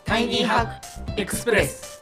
タイニーハックエクスプレス。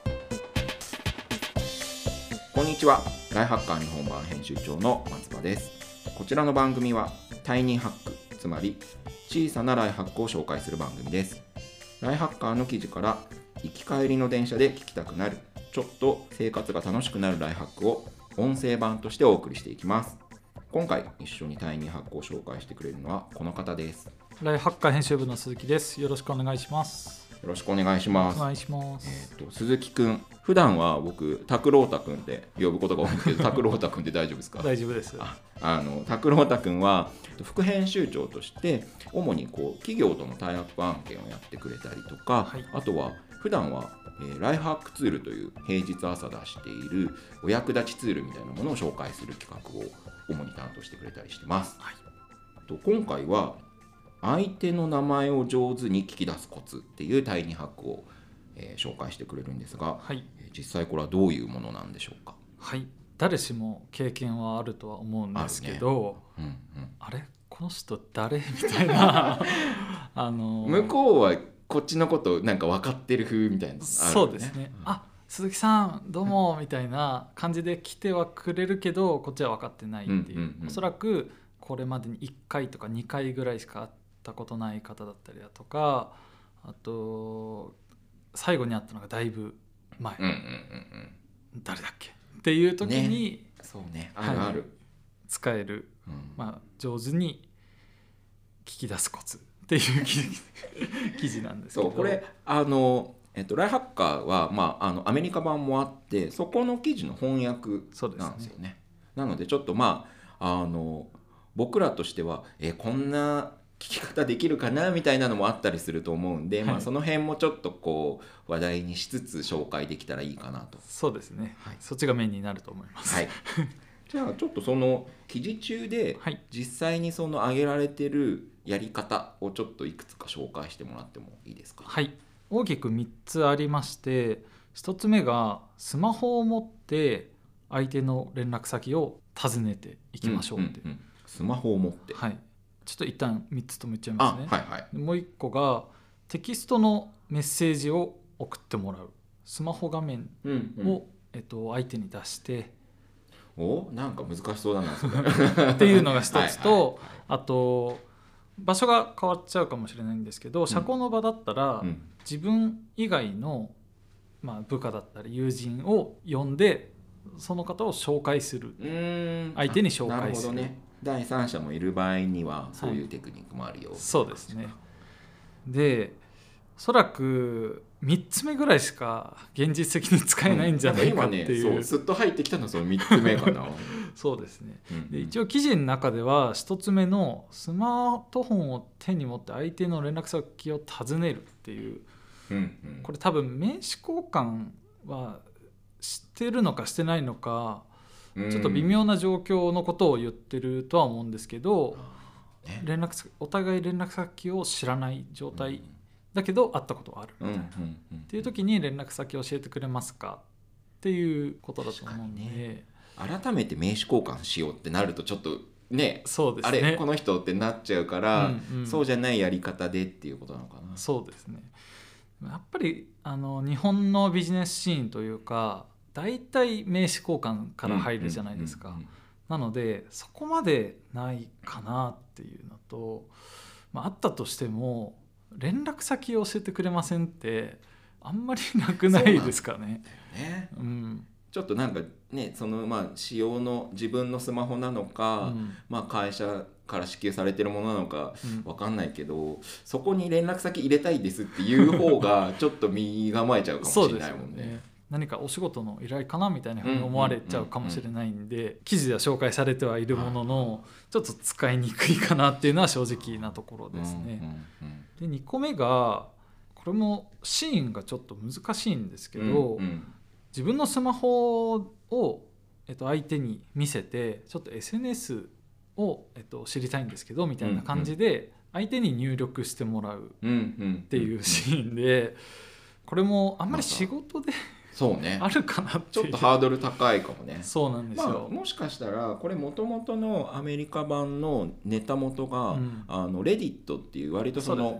こんにちは。ライハッカー日本版編集長の松葉です。こちらの番組はタイニーハック、つまり小さなライハックを紹介する番組です。ライハッカーの記事から行き帰りの電車で聞きたくなる、ちょっと生活が楽しくなるライハックを音声版としてお送りしていきます。今回一緒にタイニーハックを紹介してくれるのはこの方です。 ライハッカー編集部の鈴木です。よろしくお願いします。 よろしくお願いします。 お願いします。 鈴木くん、普段は僕拓郎太くんって呼ぶことが多いんですけど、拓郎太くんって大丈夫ですか？ 大丈夫です。 拓郎太くんは副編集長として主に企業とのタイアップ案件をやってくれたりとか、 はい、 あとは普段はライフハックツールという平日朝出しているお役立ちツールみたいなものを紹介する企画を主に担当してくれたりしてます。 はい、 今回は相手の名前を上手に聞き出すコツっていうタイニーハックを、紹介してくれるんですが、 はい、 実際これはどういうものなんでしょうか？ はい、誰しも経験はあるとは思うんですけど、あれこの人誰みたいな向こうはこっちのことなんか分かってる風みたいなのあるよね。 そうですね、鈴木さんどうもみたいな感じで来てはくれるけどこっちは分かってないっていう、おそらくこれまでに1回とか2回ぐらいしか会ったことない方だったりだとか、あと最後に会ったのがだいぶ前、誰だっけっていう時に、 そうね、あるある、 使える、上手に聞き出すコツっていう記事なんですけど、 そうこれライハッカーは、アメリカ版もあってそこの記事の翻訳なんですよね。なのでちょっと僕らとしてはこんな聞き方できるかなみたいなのもあったりすると思うんで、その辺もちょっと話題にしつつ紹介できたらいいかなと。 そうですね、そっちがメインになると思います。 じゃあちょっとその記事中で実際にその挙げられてるやり方をちょっといくつか紹介してもらってもいいですか？ はい、大きく3つありまして、1つ目がスマホを持って相手の連絡先を尋ねていきましょうって、 スマホを持って、 ちょっと一旦3つとも言っちゃいますね。もう1個がテキストのメッセージを送ってもらう。スマホ画面を、相手に出してなんか難しそうだなそれっていうのが1つと、あと場所が変わっちゃうかもしれないんですけど、社交の場だったら、自分以外の、部下だったり友人を呼んでその方を紹介する、相手に紹介する。なるほどね。 第三者もいる場合にはそういうテクニックもあるよ、 そうですね。で、おそらく3つ目ぐらいしか現実的に使えないんじゃないかっていう、 今ね、すっと入ってきたのはその3つ目かなそうですね。で、一応記事の中では1つ目のスマートフォンを手に持って相手の連絡先を尋ねるっていう、これ多分名刺交換はしてるのかしてないのかちょっと微妙な状況のことを言ってるとは思うんですけど、お互い連絡先を知らない状態だけど会ったことはあるみたいな、っていう時に連絡先教えてくれますかっていうことだと思うんで、 改めて名刺交換しようってなるとちょっとね、 そうですね、 あれこの人ってなっちゃうから、そうじゃないやり方でっていうことなのかな。 そうですね。やっぱり日本のビジネスシーンというか大体名刺交換から入るじゃないですか。なのでそこまでないかなっていうのと、あったとしても連絡先を教えてくれませんってあんまりなくないですかね。 ちょっとなんかね、その使用の自分のスマホなのか、会社から支給されてるものなのか分かんないけど、そこに連絡先入れたいですっていう方がちょっと身構えちゃうかもしれないもんね。 何かお仕事の依頼かなみたいなふうに思われちゃうかもしれないんで、記事では紹介されてはいるものの、ちょっと使いにくいかなっていうのは正直なところですね。で、2個目がこれもシーンがちょっと難しいんですけど、自分のスマホを、相手に見せてちょっと SNS を、知りたいんですけどみたいな感じで相手に入力してもらうっていうシーンで、これもあんまり仕事でそうね、 あるかなっていう、 ちょっとハードル高いかもね。 そうなんですよ。 もしかしたらこれ元々のアメリカ版のネタ元が、レディットっていう割とその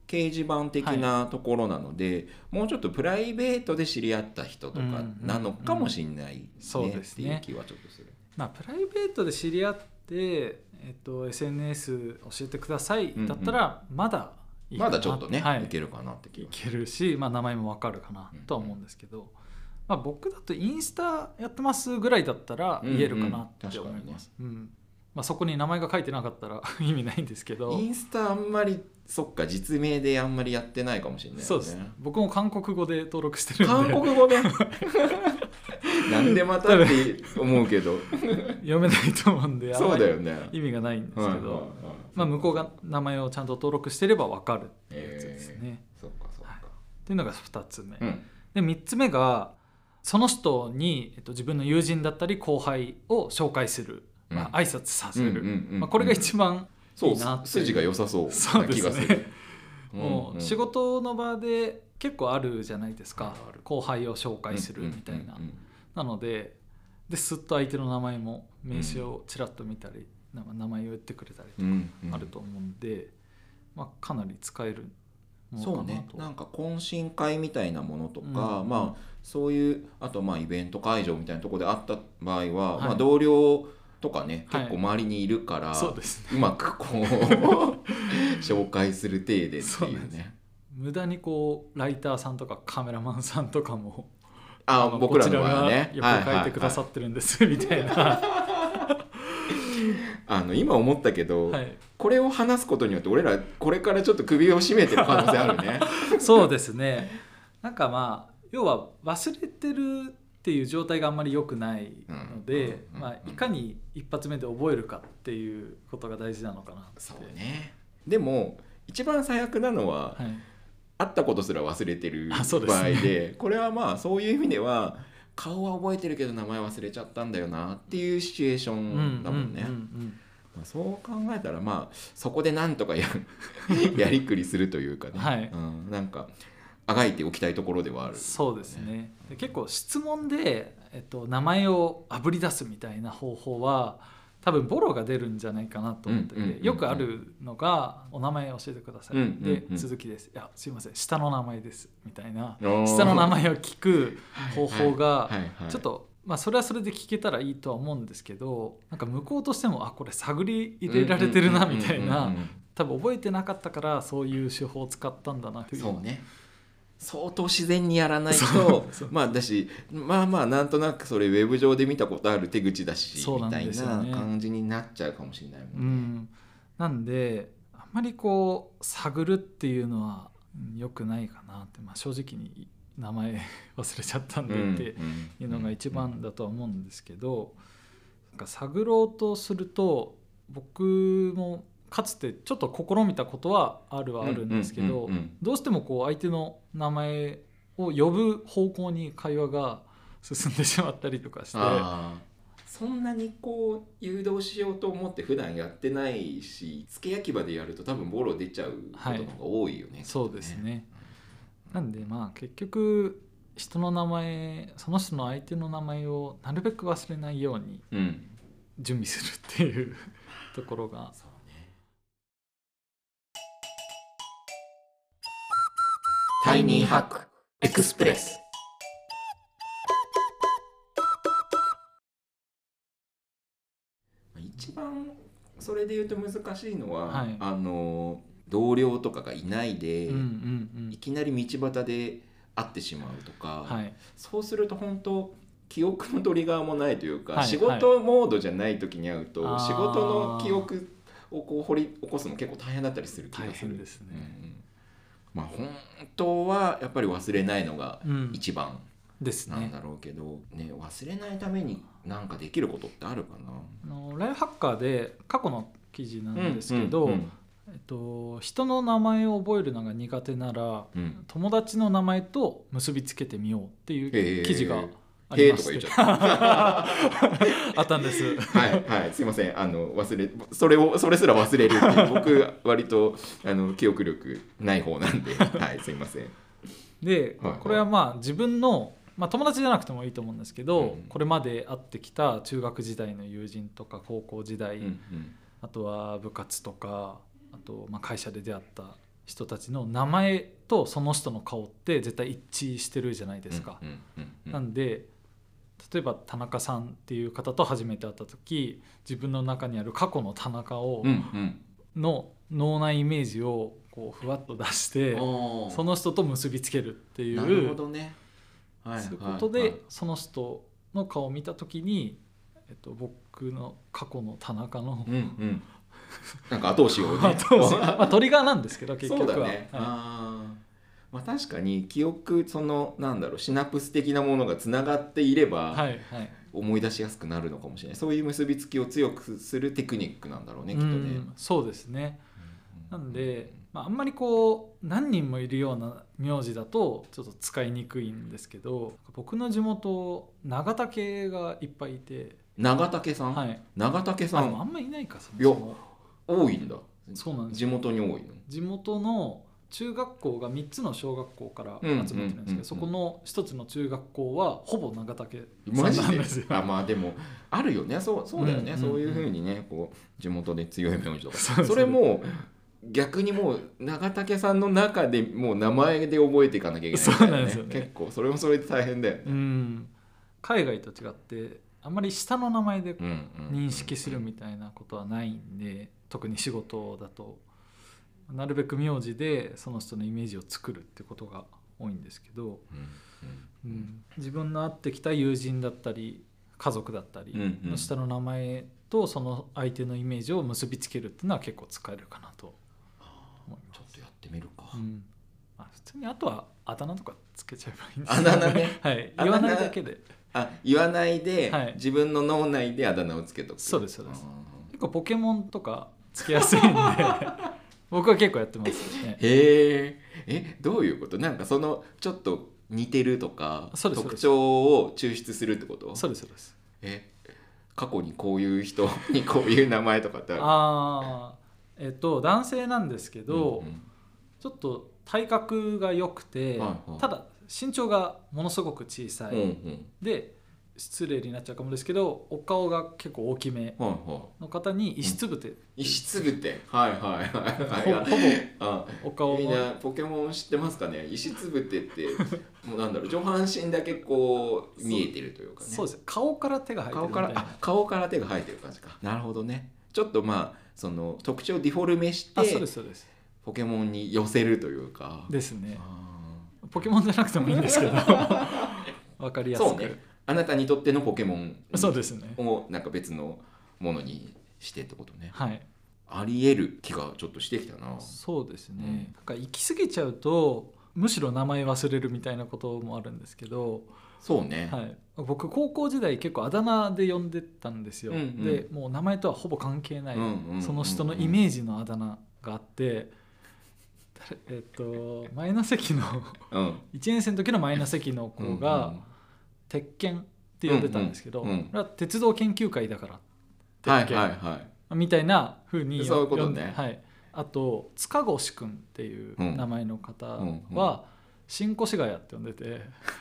掲示板的なところなので、もうちょっとプライベートで知り合った人とかなのかもしれないねっていう気はちょっとする。 まあ、プライベートで知り合って、SNS 教えてくださいだったらまだいいかな、 まだちょっとね、 はい、 いけるかなって気いはけるし、まあ、名前もわかるかなとは思うんですけど、まあ、僕だとインスタやってますぐらいだったら言えるかなって思います。まあ、そこに名前が書いてなかったら意味ないんですけど、 インスタあんまりそっか実名であんまりやってないかもしれないよね。 そうです。僕も韓国語で登録してるんで。 韓国語でなんでまたって思うけど読めないと思うんで、 そうだよね、 意味がないんですけど、まあ、向こうが名前をちゃんと登録してれば分かるっていうやつですね。 そうかそうか、 はい、っていうのが2つ目、 うん、 で3つ目がその人に、自分の友人だったり後輩を紹介する、まあ、挨拶させる、まあ、これが一番いいなっていう、 筋が良さそうな気がする。 もう仕事の場で結構あるじゃないですか、後輩を紹介するみたいな、なのですっと相手の名前も名刺をちらっと見たり、名前を言ってくれたりとかあると思うんで、まあ、かなり使えるものかなと。 そうね、なんか懇親会みたいなものとか、まあ、そういうあとまあイベント会場みたいなところであった場合は、まあ、同僚とかね、結構周りにいるから、 そうですね、 うまくこう紹介する体でっていうね。 無駄にこうライターさんとかカメラマンさんとかも僕らの場合はね、 よく書いてくださってるんですみたいな今思ったけど、これを話すことによって俺らこれからちょっと首を絞めてる可能性あるねそうですね。なんかまあ要は忘れてるっていう状態があんまり良くないので、いかに一発目で覚えるかっていうことが大事なのかなって。 そうね。でも一番最悪なのは、会ったことすら忘れてる場合で、これはまあそういう意味では顔は覚えてるけど名前忘れちゃったんだよなっていうシチュエーションだもんね。そう考えたらまあそこでなんとかやりくりするというかね、なんかあがいておきたいところではある、 そうですね。で結構質問で、名前をあぶり出すみたいな方法は多分ボロが出るんじゃないかなと思ってて、よくあるのがお名前教えてください、で続きです、いやすいません下の名前ですみたいな、下の名前を聞く方法がちょっとまあそれはそれで聞けたらいいとは思うんですけど、なんか向こうとしてもこれ探り入れられてるなみたいな、多分覚えてなかったからそういう手法を使ったんだなという。 そうね、相当自然にやらないとまあだしまあなんとなくそれウェブ上で見たことある手口だしみたいな感じになっちゃうかもしれないもんね。 なんであんまりこう探るっていうのは良くないかなって、正直に名前忘れちゃったんでっていうのが一番だとは思うんですけど、なんか探ろうとすると僕もかつてちょっと試みたことはあるんですけど、どうしてもこう相手の名前を呼ぶ方向に会話が進んでしまったりとかして、 そんなにこう誘導しようと思って普段やってないし、付け焼き場でやると多分ボロ出ちゃうことの方が多いよね。 そうですね。なんで結局人の名前、その人の相手の名前をなるべく忘れないように準備するっていうところが、 タイニーハックエクスプレス。 一番それで言うと難しいのは、同僚とかがいないで、いきなり道端で会ってしまうとか、そうすると本当記憶のトリガーもないというか、仕事モードじゃない時に会うと、仕事の記憶をこう掘り起こすの結構大変だったりする気がする。 大変ですね。 本当はやっぱり忘れないのが一番なんだろうけど、忘れないために何かできることってあるかな。 ライフハッカーで過去の記事なんですけど、人の名前を覚えるのが苦手なら、友達の名前と結びつけてみようっていう記事がありまして、 とか言っちゃったあったんです。 すいません、それすら忘れるっていう僕割と記憶力ない方なんで、すいません。 で、これは自分の友達じゃなくてもいいと思うんですけど、これまで会ってきた中学時代の友人とか高校時代、あとは部活とか、あと会社で出会った人たちの名前とその人の顔って絶対一致してるじゃないですか。なんで例えば田中さんっていう方と初めて会った時、自分の中にある過去の田中の脳内イメージをこうふわっと出してその人と結びつけるっていう、 なるほどね、 そういうことでその人の顔を見た時に、僕の過去の田中の、 なんか後押しをねトリガーなんですけど結局は。 そうだね、まあ、確かに記憶なんだろうシナプス的なものがつながっていれば思い出しやすくなるのかもしれない、そういう結びつきを強くするテクニックなんだろうね、きっとね。 そうですね。なんで、あんまりこう何人もいるような名字だとちょっと使いにくいんですけど、僕の地元長竹がいっぱいいて。 長竹さん、 はい、 長竹さんあんまりいないか。 いや多いんだ。 そうなんです。 地元に多いの。 地元の中学校が3つの小学校から集まってるんですけど、そこの一つの中学校はほぼ長竹さんなんですよ。 まあでもあるよね、そうだよね、そういう風にねこう地元で強い名字とかそれも逆にもう長竹さんの中でもう名前で覚えていかなきゃいけない、 そうなんですよね。 結構それもそれで大変だよね。 海外と違ってあんまり下の名前で認識するみたいなことはないんで、特に仕事だとなるべく名字でその人のイメージを作るってことが多いんですけど、自分の会ってきた友人だったり家族だったりの下の名前とその相手のイメージを結びつけるっていうのは結構使えるかなと思います。 ちょっとやってみるか。 普通にあとはあだ名とかつけちゃえばいいんですあだ名ねはい、言わないだけで。 言わないで、自分の脳内であだ名をつけとく。 そうですそうです。結構ポケモンとかつけやすいんで僕は結構やってますね。 へえ、どういうこと？なんかそのちょっと似てるとか特徴を抽出するってこと？ そうですそうです。 過去にこういう人にこういう名前とかってある？男性なんですけど、ちょっと体格が良くて、ただ身長がものすごく小さい、で失礼になっちゃうかもですけどお顔が結構大きめの方に石つぶて、 石つぶて、はいほぼお顔もみんなポケモン知ってますかね。石つぶてってもうなんだろう、上半身だけこう見えてるというかね。 そうです。顔から手が生えてるみたいな。 顔から手が生えてる感じか。なるほどね。ちょっとその特徴をディフォルメしてそうですそうです。 ポケモンに寄せるというかですね。ポケモンじゃなくてもいいんですけどわかりやすく。 そうね、あなたにとってのポケモンそうですねをなんか別のものにしてってことね。 はい。 ありえる気がちょっとしてきたな。 そうですね。なんか行き過ぎちゃうとむしろ名前忘れるみたいなこともあるんですけど。 そうね。 はい。僕高校時代結構あだ名で呼んでたんですよ。でもう名前とはほぼ関係ないその人のイメージのあだ名があって。前の席の1年生の時の前の席の子が鉄拳って呼んでたんですけど、これは鉄道研究会だから鉄拳みたいな風に呼んで、あと塚越くんっていう名前の方は新越谷って呼んでて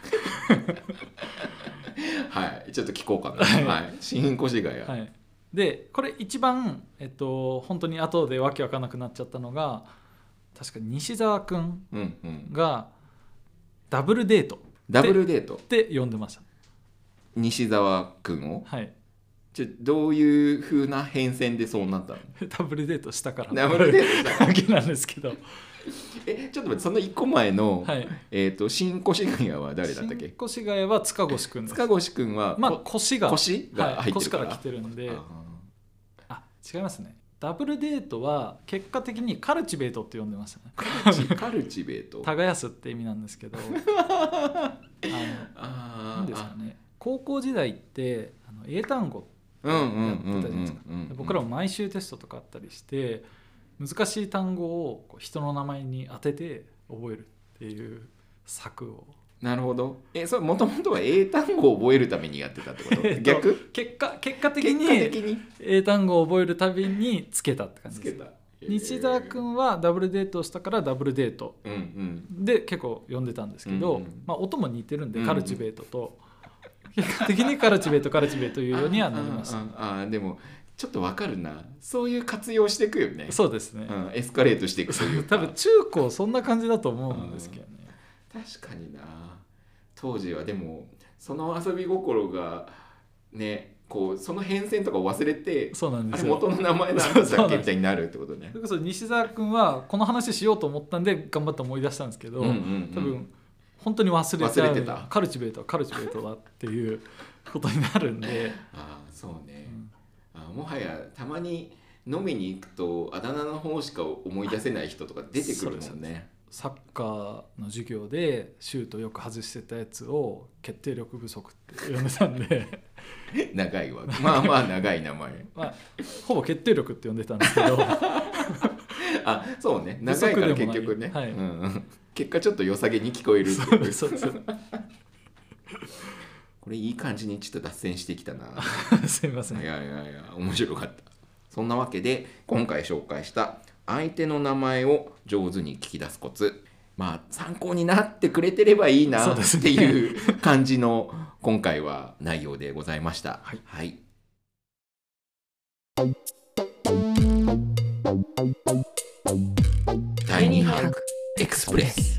はい、ちょっと聞こうかな。はい新越谷。 でこれ一番本当に後でわけわかんなくなっちゃったのが、確か西澤くんがダブルデートって呼んでました。 西澤くんを？ はい。 どういう風な変遷でそうなったの？ ダブルデートしたから。 ダブルデートしたからわけなんですけど。 ちょっと待って、その1個前の、新越谷は誰だったっけ？ 新越谷は塚越くんです。 塚越くんは腰が入ってるから。 腰から来てるんで。違いますね。ダブルデートは結果的にカルチベートって呼んでましたね。 カルチベート耕すって意味なんですけど何ですかね、高校時代って英単語やってたじゃないですか。僕らも毎週テストとかあったりして難しい単語を人の名前に当てて覚えるっていう策を。 なるほど。それもともとは英単語を覚えるためにやってたってこと？逆？ 結果的に英単語を覚えるたびにつけたって感じです。西澤君はダブルデートをしたからダブルデートで結構呼んでたんですけど、音も似てるんでカルチベートと結果的にカルチベートいうようにはなりました。 でもちょっとわかるな。そういう活用していくよね。 そうですね、 エスカレートしていくというか多分中高そんな感じだと思うんですけどね、 確かにな。当時はでもその遊び心がね、こうその変遷とかを忘れて、 そうなんであすよ。 れ元の名前なんだっけみたいになるってことねそ。れこそ西澤君はこの話しようと思ったんで頑張って思い出したんですけど、多分本当に忘れちゃう。 忘れてたカルチベートはカルチベートだっていうことになるんでああそうね、もはやたまに飲みに行くとあだ名の方しか思い出せない人とか出てくるもんね。 サッカーの授業でシュートよく外してたやつを決定力不足って呼んでたんで長いわ。まあまあ長い名前まあ、ほぼ決定力って呼んでたんですけどあそうね、長いから結局ね、 はい結果ちょっと良さげに聞こえるっていうそうそうこれいい感じにちょっと脱線してきたなすいません。 いやいやいや面白かった。そんなわけで今回紹介した相手の名前を上手に聞き出すコツ、まあ参考になってくれてればいいなっていう感じの今回は内容でございました。 はい、 はい、 タイニーハックエクスプレス。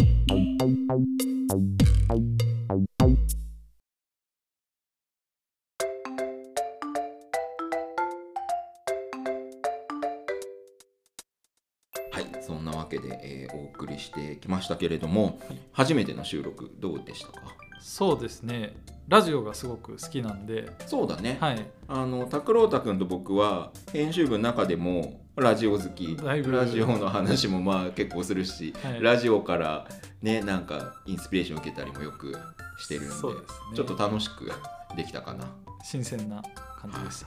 はい、そんなわけで、お送りしてきましたけれども、初めての収録どうでしたか？ そうですね、ラジオがすごく好きなんで。 そうだね、 はい、 拓郎太君と僕は編集部の中でもラジオ好き、 だいぶラジオの話もまあ結構するし、 はい、 ラジオからねなんかインスピレーション受けたりもよくしてるんで、 そうですね、 ちょっと楽しくできたかな。 新鮮な感じでした。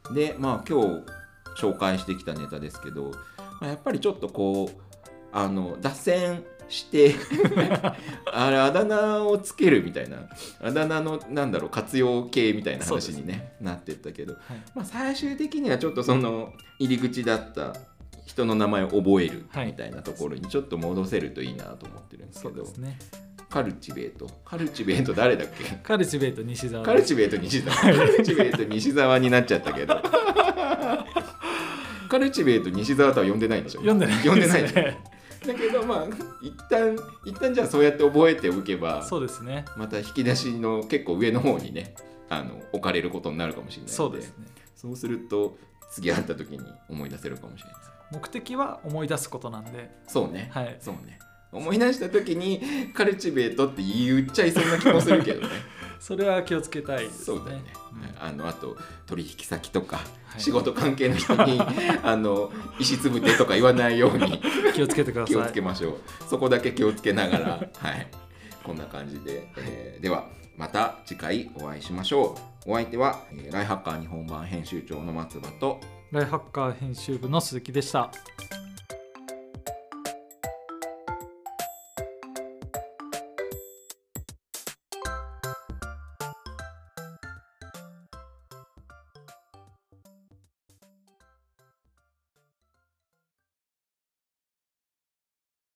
でまあ今日紹介してきたネタですけど、やっぱりちょっとこう脱線してあれあだ名をつけるみたいな、あだ名のなんだろう活用系みたいな話に、ね、なってったけど、 はい、 最終的にはちょっとその入り口だった人の名前を覚えるみたいなところにちょっと戻せるといいなと思ってるんですけど、 そうですね、 カルチベート誰だっけ？ カルチベート西澤カルチベート西澤カルチベート西澤になっちゃったけどカルチベート西澤とは呼んでないんでしょ？ 読んでないですね。 呼んでないでしょ？だけどまあ一旦じゃあそうやって覚えておけば、 そうですね、 また引き出しの結構上の方にね置かれることになるかもしれないので、 そうですね、 そうすると次会った時に思い出せるかもしれないです。 目的は思い出すことなんで。 そうね、 はい、 そうね、思い出した時にカルチベートって言っちゃいそうな気もするけどねそれは気をつけたいですね。 そうだよね、あと取引先とか、 はい、 仕事関係の人に石つぶてとか言わないように気をつけてください。 気をつけましょう。そこだけ気をつけながら、はい、こんな感じで、ではまた次回お会いしましょう。お相手は、ライハッカー日本版編集長の松葉とライハッカー編集部の鈴木でした。